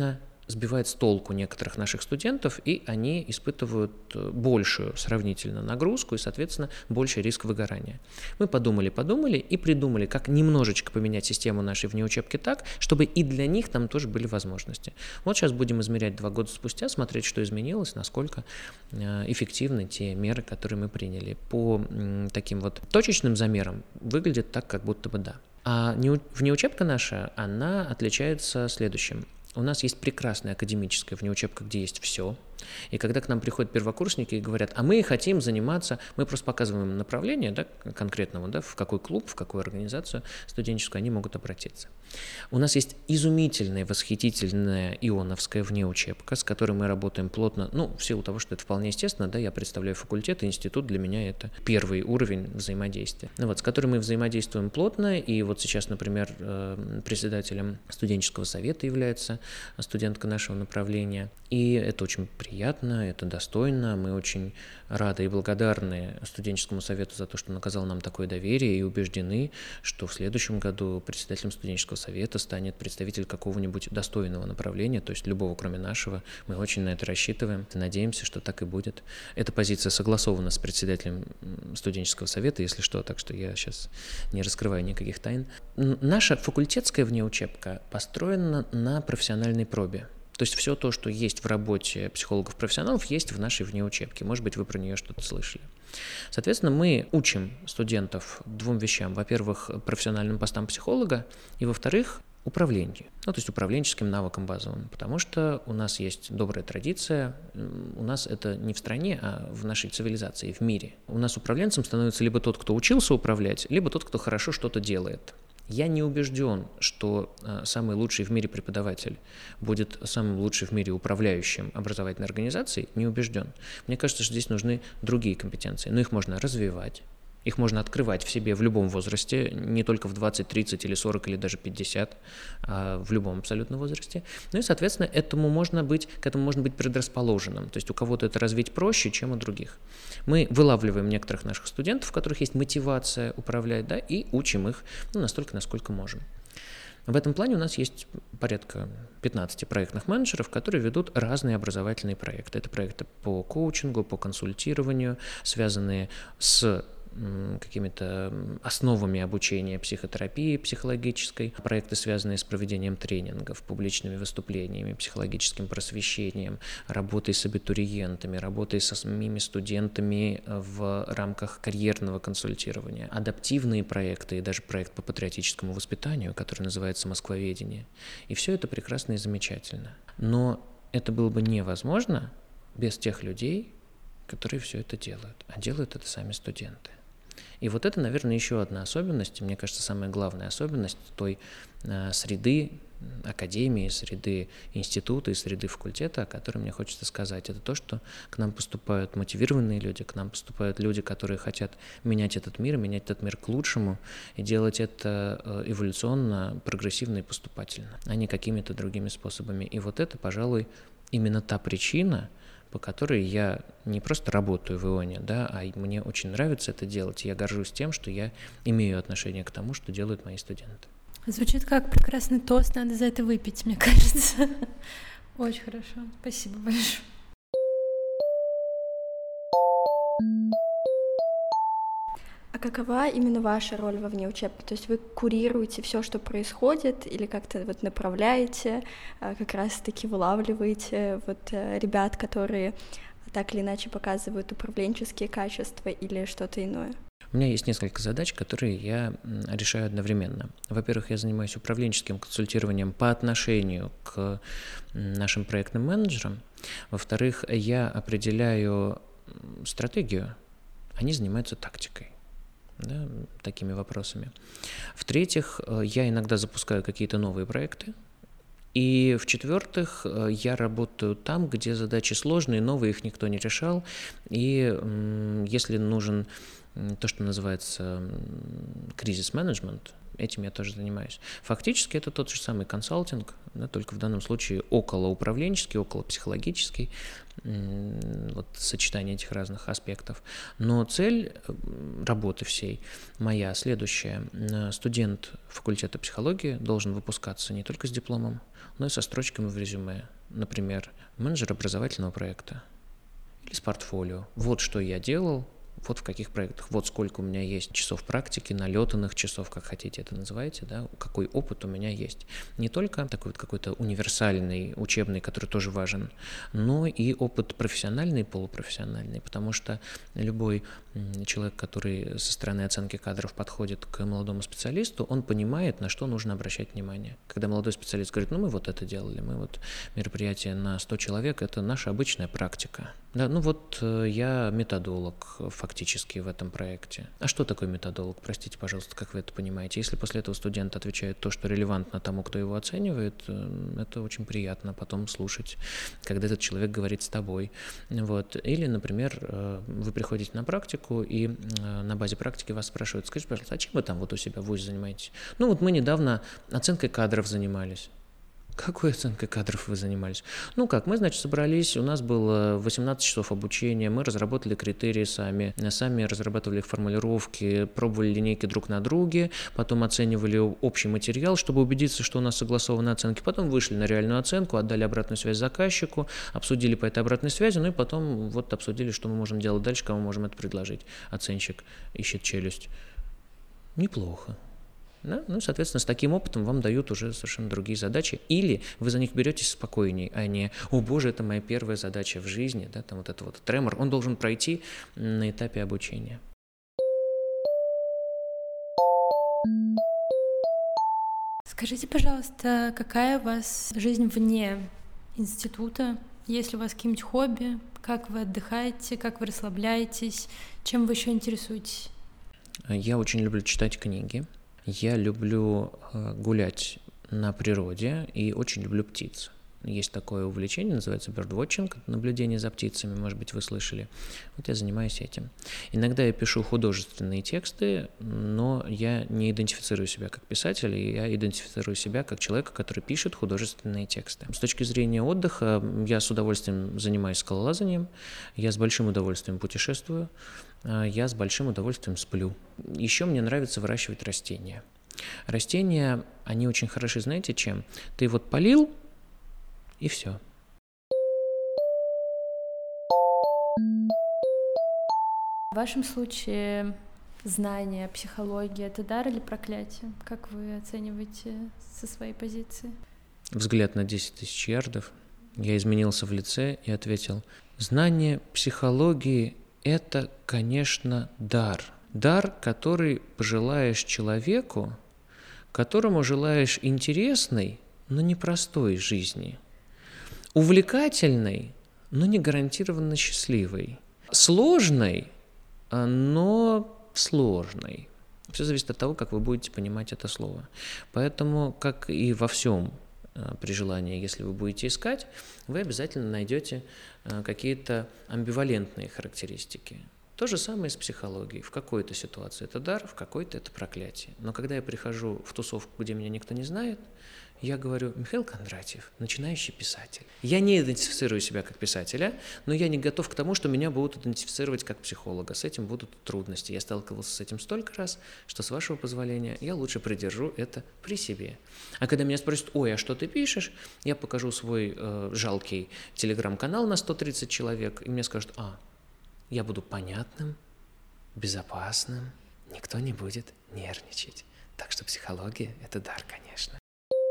S3: сбивает с толку некоторых наших студентов, и они испытывают большую сравнительно нагрузку и, соответственно, больший риск выгорания. Мы подумали и придумали, как немножечко поменять систему нашей внеучебки так, чтобы и для них там тоже были возможности. Вот сейчас будем измерять 2 года спустя, смотреть, что изменилось, насколько эффективны те меры, которые мы приняли. По таким вот точечным замерам выглядит так, как будто бы да. А внеучебка наша, она отличается следующим. У нас есть прекрасная академическая внеучебка, где есть все. И когда к нам приходят первокурсники и говорят, а мы хотим заниматься, мы просто показываем им направление, да, конкретного, да, в какой клуб, в какую организацию студенческую они могут обратиться. У нас есть изумительная, восхитительная ионовская внеучебка, с которой мы работаем плотно, в силу того, что это вполне естественно, да, я представляю факультет, и институт для меня это первый уровень взаимодействия. С которой мы взаимодействуем плотно, и вот сейчас, например, председателем студенческого совета является студентка нашего направления, и это очень приятно, это достойно, мы очень рады и благодарны студенческому совету за то, что он оказал нам такое доверие, и убеждены, что в следующем году председателем студенческого совета станет представитель какого-нибудь достойного направления, то есть любого, кроме нашего. Мы очень на это рассчитываем, надеемся, что так и будет. Эта позиция согласована с председателем студенческого совета, если что, так что я сейчас не раскрываю никаких тайн. Наша факультетская внеучебка построена на профессиональной пробе. То есть все то, что есть в работе психологов-профессионалов, есть в нашей внеучебке. Может быть, вы про нее что-то слышали. Соответственно, мы учим студентов 2 вещам. Во-первых, профессиональным постам психолога, и, во-вторых, управлению. То есть управленческим навыкам базовым. Потому что у нас есть добрая традиция, у нас это не в стране, а в нашей цивилизации, в мире. У нас управленцем становится либо тот, кто учился управлять, либо тот, кто хорошо что-то делает. Я не убежден, что самый лучший в мире преподаватель будет самым лучшим в мире управляющим образовательной организацией, не убежден. Мне кажется, что здесь нужны другие компетенции, но их можно развивать. Их можно открывать в себе в любом возрасте, не только в 20, 30 или 40 или даже 50, а в любом абсолютно возрасте. И, соответственно, к этому можно быть предрасположенным. То есть у кого-то это развить проще, чем у других. Мы вылавливаем некоторых наших студентов, у которых есть мотивация управлять, да, и учим их настолько, насколько можем. В этом плане у нас есть порядка 15 проектных менеджеров, которые ведут разные образовательные проекты. Это проекты по коучингу, по консультированию, связанные с какими-то основами обучения психотерапии психологической, проекты, связанные с проведением тренингов, публичными выступлениями, психологическим просвещением, работой с абитуриентами, работой со самими студентами в рамках карьерного консультирования, адаптивные проекты и даже проект по патриотическому воспитанию, который называется «Москвоведение». И все это прекрасно и замечательно. Но это было бы невозможно без тех людей, которые все это делают, а делают это сами студенты. И вот это, наверное, еще одна особенность, мне кажется, самая главная особенность той среды академии, среды института и среды факультета, о которой мне хочется сказать. Это то, что к нам поступают мотивированные люди, к нам поступают люди, которые хотят менять этот мир к лучшему, и делать это эволюционно, прогрессивно и поступательно, а не какими-то другими способами. И вот это, пожалуй, именно та причина, по которой я не просто работаю в ИОНе, да, а мне очень нравится это делать. Я горжусь тем, что я имею отношение к тому, что делают мои студенты.
S1: Звучит как прекрасный тост, надо за это выпить, мне кажется. Очень хорошо, спасибо большое.
S2: А какова именно ваша роль во внеучебке? То есть вы курируете все, что происходит, или как-то вот направляете, как раз-таки вылавливаете ребят, которые так или иначе показывают управленческие качества или что-то иное?
S3: У меня есть несколько задач, которые я решаю одновременно. Во-первых, я занимаюсь управленческим консультированием по отношению к нашим проектным менеджерам. Во-вторых, я определяю стратегию, они занимаются тактикой. Да, такими вопросами. В-третьих, я иногда запускаю какие-то новые проекты. И в-четвертых, я работаю там, где задачи сложные, новые, их никто не решал. И если нужен то, что называется кризис-менеджмент, этим я тоже занимаюсь. Фактически это тот же самый консалтинг, да, только в данном случае околоуправленческий, околопсихологический, вот сочетание этих разных аспектов. Но цель работы всей моя следующая. Студент факультета психологии должен выпускаться не только с дипломом, но и со строчками в резюме. например, менеджер образовательного проекта или с портфолио. Вот что я делал, вот в каких проектах, вот сколько у меня есть часов практики, налетанных часов, как хотите это называйте, да, какой опыт у меня есть. Не только такой вот какой-то универсальный, учебный, который тоже важен, но и опыт профессиональный и полупрофессиональный, потому что любой человек, который со стороны оценки кадров подходит к молодому специалисту, он понимает, на что нужно обращать внимание. Когда молодой специалист говорит, ну мы вот это делали, мы вот мероприятие на 100 человек, это наша обычная практика. Да, ну вот я методолог фактически в этом проекте. А что такое методолог? Простите, пожалуйста, как вы это понимаете? Если после этого студент отвечает то, что релевантно тому, кто его оценивает, это очень приятно потом слушать, когда этот человек говорит с тобой. Вот. Или, например, вы приходите на практику, и на базе практики вас спрашивают, скажите, пожалуйста, а чем вы там вот у себя в ВУЗе занимаетесь? Ну вот мы недавно оценкой кадров занимались. Какой оценкой кадров вы занимались? Ну как, мы, значит, собрались, у нас было 18 часов обучения, мы разработали критерии сами разрабатывали их формулировки, пробовали линейки друг на друге, потом оценивали общий материал, чтобы убедиться, что у нас согласованы оценки, потом вышли на реальную оценку, отдали обратную связь заказчику, обсудили по этой обратной связи, ну и потом вот обсудили, что мы можем делать дальше, кому можем это предложить. Оценщик ищет челюсть. Неплохо. Да? Ну, соответственно, с таким опытом вам дают уже совершенно другие задачи, или вы за них беретесь спокойней, а не «О, боже, это моя первая задача в жизни», да, там вот это вот тремор, он должен пройти на этапе обучения.
S1: Скажите, пожалуйста, какая у вас жизнь вне института? Есть ли у вас какие-нибудь хобби? Как вы отдыхаете? Как вы расслабляетесь? Чем вы еще интересуетесь?
S3: Я очень люблю читать книги. Я люблю гулять на природе и очень люблю птиц. Есть такое увлечение, называется birdwatching, наблюдение за птицами, может быть, вы слышали. Вот я занимаюсь этим. Иногда я пишу художественные тексты, но я не идентифицирую себя как писатель, я идентифицирую себя как человека, который пишет художественные тексты. С точки зрения отдыха я с удовольствием занимаюсь скалолазанием, я с большим удовольствием путешествую, я с большим удовольствием сплю. Еще мне нравится выращивать растения. Растения, они очень хороши, знаете, чем? Ты вот полил, и все.
S1: В вашем случае знание, психология — это дар или проклятие? Как вы оцениваете со своей позиции?
S3: Взгляд на 10 тысяч ярдов. Я изменился в лице и ответил: знание психологии — это, конечно, дар. Дар, который пожелаешь человеку, которому желаешь интересной, но непростой жизни. Увлекательной, но не гарантированно счастливой. Сложной, но сложной. Все зависит от того, как вы будете понимать это слово. Поэтому, как и во всем при желании, если вы будете искать, вы обязательно найдете какие-то амбивалентные характеристики. То же самое с психологией. В какой-то ситуации это дар, в какой-то это проклятие. Но когда я прихожу в тусовку, где меня никто не знает, я говорю: Михаил Кондратьев, начинающий писатель. Я не идентифицирую себя как писателя, но я не готов к тому, что меня будут идентифицировать как психолога. С этим будут трудности. Я сталкивался с этим столько раз, что, с вашего позволения, я лучше придержу это при себе. А когда меня спросят: ой, а что ты пишешь? Я покажу свой жалкий телеграм-канал на 130 человек, и мне скажут: я буду понятным, безопасным, никто не будет нервничать. Так что психология — это дар, конечно.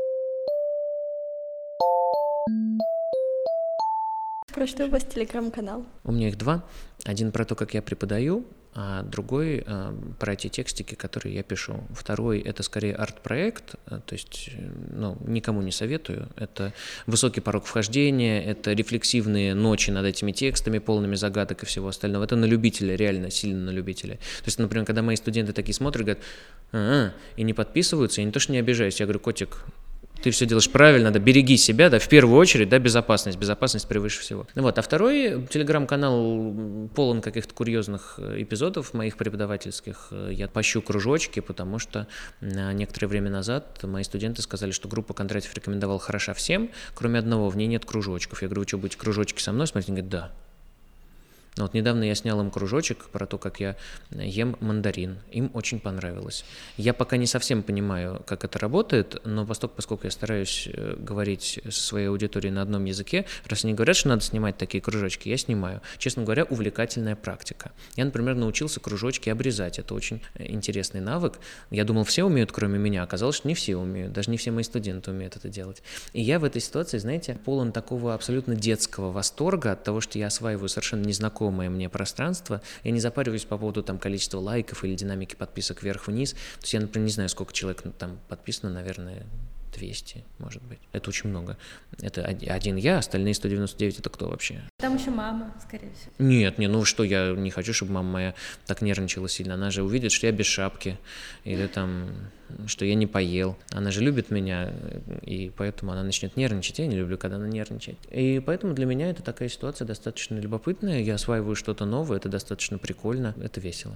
S2: Про что у вас телеграм-канал?
S3: У меня их два. Один про то, как я преподаю, а другой про те текстики, которые я пишу. Второй — это скорее арт-проект, то есть никому не советую. Это высокий порог вхождения, это рефлексивные ночи над этими текстами, полными загадок и всего остального. Это на любителя, реально сильно на любителя. То есть, например, когда мои студенты такие смотрят, говорят: и не подписываются, я не то что не обижаюсь, я говорю: котик, ты все делаешь правильно, да, береги себя, да, в первую очередь, да, безопасность превыше всего. Вот, а второй телеграм-канал полон каких-то курьезных эпизодов моих преподавательских. Я пощу кружочки, потому что некоторое время назад мои студенты сказали, что группа Кондратьев рекомендовал хороша всем, кроме одного, в ней нет кружочков. Я говорю: вы что, будете кружочки со мной смотреть? Они говорят: да. Вот недавно я снял им кружочек про то, как я ем мандарин. Им очень понравилось. Я пока не совсем понимаю, как это работает, но поскольку я стараюсь говорить со своей аудиторией на одном языке, раз они говорят, что надо снимать такие кружочки, я снимаю. Честно говоря, увлекательная практика. Я, например, научился кружочки обрезать. Это очень интересный навык. Я думал, все умеют, кроме меня. Оказалось, что не все умеют. Даже не все мои студенты умеют это делать. И я в этой ситуации, знаете, полон такого абсолютно детского восторга от того, что я осваиваю совершенно незнакомое мне пространство. Я не запариваюсь по поводу там количества лайков или динамики подписок вверх-вниз. То есть я, например, не знаю, сколько человек там подписано, наверное, 200, может быть. Это очень много. Это один я, остальные 199 — это кто вообще?
S1: Там еще мама, скорее всего.
S3: Нет, ну что, я не хочу, чтобы мама моя так нервничала сильно. Она же увидит, что я без шапки, или там, что я не поел. Она же любит меня, и поэтому она начнет нервничать. Я не люблю, когда она нервничает. И поэтому для меня это такая ситуация достаточно любопытная. Я осваиваю что-то новое, это достаточно прикольно, это весело.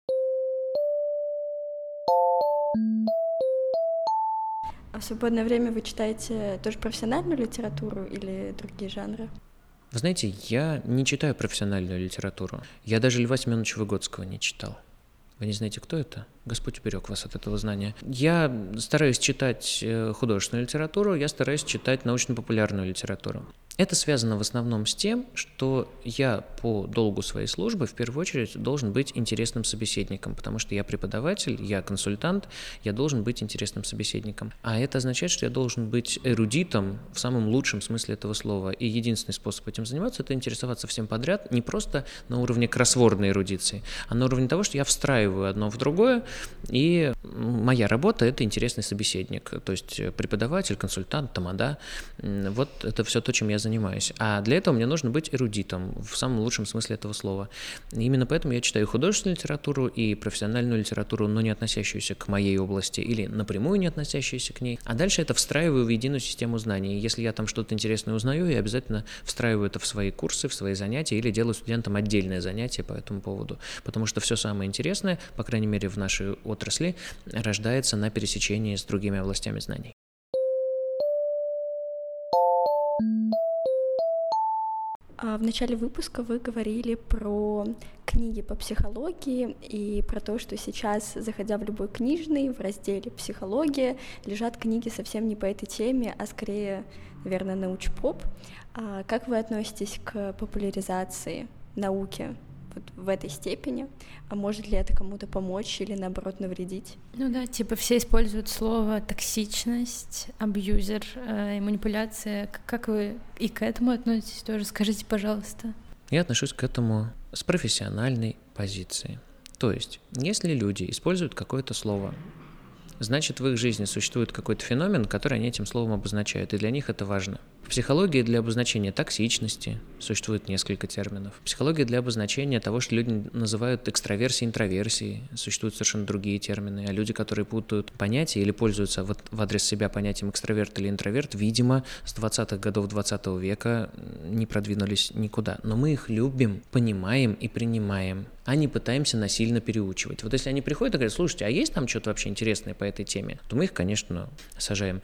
S2: А в свободное время вы читаете тоже профессиональную литературу или другие жанры?
S3: Вы знаете, я не читаю профессиональную литературу. Я даже Льва Семеновича Выгодского не читал. Вы не знаете, кто это? Господь уберег вас от этого знания. Я стараюсь читать художественную литературу, я стараюсь читать научно-популярную литературу. Это связано в основном с тем, что я по долгу своей службы в первую очередь должен быть интересным собеседником, потому что я преподаватель, я консультант, я должен быть интересным собеседником. А это означает, что я должен быть эрудитом в самом лучшем смысле этого слова. И единственный способ этим заниматься — это интересоваться всем подряд, не просто на уровне кроссвордной эрудиции, а на уровне того, что я встраиваю одно в другое, и моя работа — это интересный собеседник, то есть преподаватель, консультант, тамада. Вот это все то, чем я занимаюсь. А для этого мне нужно быть эрудитом в самом лучшем смысле этого слова. И именно поэтому я читаю художественную литературу и профессиональную литературу, но не относящуюся к моей области или напрямую не относящуюся к ней. А дальше это встраиваю в единую систему знаний. И если я там что-то интересное узнаю, я обязательно встраиваю это в свои курсы, в свои занятия или делаю студентам отдельное занятие по этому поводу. Потому что все самое интересное, по крайней мере в нашей отрасли, рождается на пересечении с другими областями знаний.
S2: В начале выпуска вы говорили про книги по психологии и про то, что сейчас, заходя в любой книжный, в разделе «Психология», лежат книги совсем не по этой теме, а скорее, наверное, научпоп. Как вы относитесь к популяризации науки вот в этой степени? А может ли это кому-то помочь или, наоборот, навредить?
S1: Ну да, типа все используют слово токсичность, абьюзер и манипуляция. Как вы и к этому относитесь тоже? Скажите, пожалуйста.
S3: Я отношусь к этому с профессиональной позиции. То есть, если люди используют какое-то слово, значит, в их жизни существует какой-то феномен, который они этим словом обозначают, и для них это важно. В психологии для обозначения токсичности существует несколько терминов. В психологии для обозначения того, что люди называют экстраверсией, интроверсией, существуют совершенно другие термины. А люди, которые путают понятия или пользуются в адрес себя понятием экстраверт или интроверт, видимо, с 20-х годов 20 века не продвинулись никуда. Но мы их любим, понимаем и принимаем, а не пытаемся насильно переучивать. Вот если они приходят и говорят: слушайте, а есть там что-то вообще интересное по этой теме, то мы их, конечно, сажаем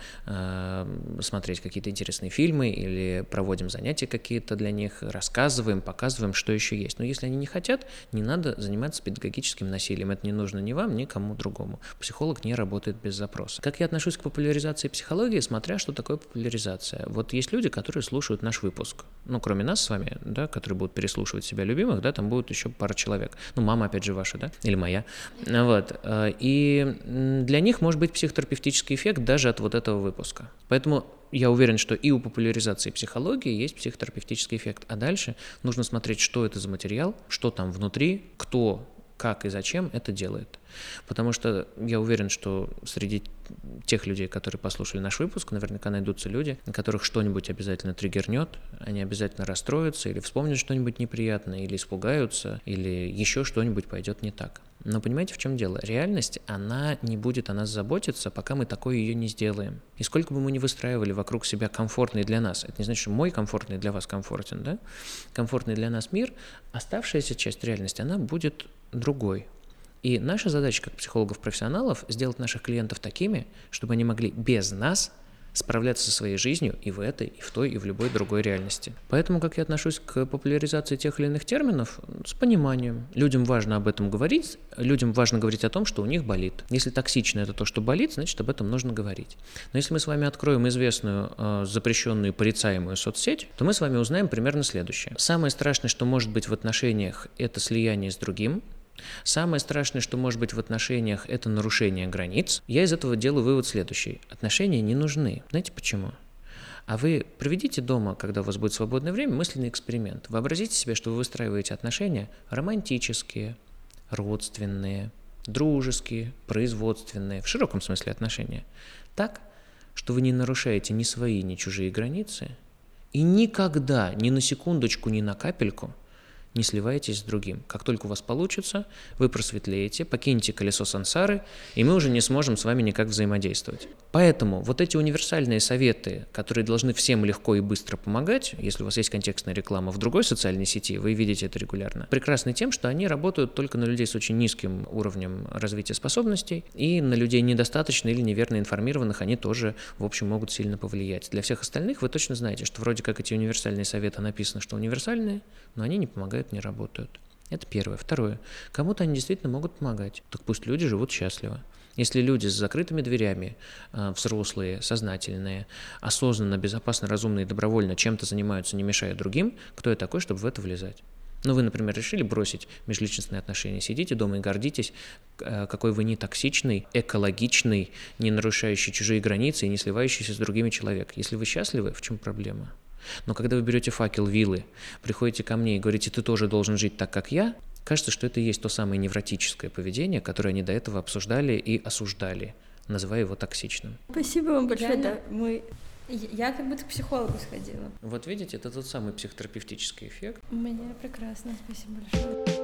S3: смотреть какие-то интересные фильмы или проводим занятия какие-то для них, рассказываем, показываем, что еще есть. Но если они не хотят, не надо заниматься педагогическим насилием. Это не нужно ни вам, ни кому другому. Психолог не работает без запроса. Как я отношусь к популяризации психологии, смотря что такое популяризация. Вот есть люди, которые слушают наш выпуск. Ну, кроме нас с вами, да, которые будут переслушивать себя любимых, да, там будет еще пара человек. Ну, мама, опять же, ваша, да, или моя. Вот. И для них может быть психотерапевтический эффект даже от вот этого выпуска. Поэтому я уверен, что и у популяризации психологии есть психотерапевтический эффект. А дальше нужно смотреть, что это за материал, что там внутри, кто, как и зачем это делает. Потому что я уверен, что среди тех людей, которые послушали наш выпуск, наверняка найдутся люди, которых что-нибудь обязательно триггернет, они обязательно расстроятся или вспомнят что-нибудь неприятное, или испугаются, или еще что-нибудь пойдет не так. Но понимаете, в чем дело? Реальность, она не будет о нас заботиться, пока мы такой ее не сделаем. И сколько бы мы ни выстраивали вокруг себя комфортный для нас, это не значит, что мой комфортный для вас комфортен, да? Комфортный для нас мир, оставшаяся часть реальности, она будет другой. И наша задача, как психологов-профессионалов, сделать наших клиентов такими, чтобы они могли без нас справляться со своей жизнью и в этой, и в той, и в любой другой реальности. Поэтому, как я отношусь к популяризации тех или иных терминов, с пониманием. Людям важно об этом говорить, людям важно говорить о том, что у них болит. Если токсично это то, что болит, значит, об этом нужно говорить. Но если мы с вами откроем известную, запрещенную, порицаемую соцсеть, то мы с вами узнаем примерно следующее. Самое страшное, что может быть в отношениях, это слияние с другим. Самое страшное, что может быть в отношениях, это нарушение границ. Я из этого делаю вывод следующий. Отношения не нужны. Знаете почему? А вы проведите дома, когда у вас будет свободное время, мысленный эксперимент. Вообразите себе, что вы выстраиваете отношения романтические, родственные, дружеские, производственные, в широком смысле отношения. Так, что вы не нарушаете ни свои, ни чужие границы и никогда, ни на секундочку, ни на капельку не сливаетесь с другим. Как только у вас получится, вы просветлеете, покинете колесо сансары, и мы уже не сможем с вами никак взаимодействовать. Поэтому вот эти универсальные советы, которые должны всем легко и быстро помогать, если у вас есть контекстная реклама в другой социальной сети, вы видите это регулярно, прекрасны тем, что они работают только на людей с очень низким уровнем развития способностей, и на людей недостаточно или неверно информированных они тоже, в общем, могут сильно повлиять. Для всех остальных вы точно знаете, что вроде как эти универсальные советы написано, что универсальные, но они не помогают, не работают. Это первое. Второе. Кому-то они действительно могут помогать. Так пусть люди живут счастливо. Если люди с закрытыми дверями, взрослые, сознательные, осознанно, безопасно, разумно и добровольно чем-то занимаются, не мешая другим, кто я такой, чтобы в это влезать? Ну, вы, например, решили бросить межличностные отношения, сидите дома и гордитесь, какой вы не токсичный, экологичный, не нарушающий чужие границы и не сливающийся с другими человек. Если вы счастливы, в чем проблема? Но когда вы берете факел, вилы, приходите ко мне и говорите, ты тоже должен жить так, как я, кажется, что это и есть то самое невротическое поведение, которое они до этого обсуждали и осуждали, называя его токсичным.
S2: Спасибо вам большое.
S1: Реально?
S2: Да,
S1: Я как будто к психологу сходила.
S3: Вот видите, это тот самый психотерапевтический эффект.
S1: У меня прекрасно, спасибо большое.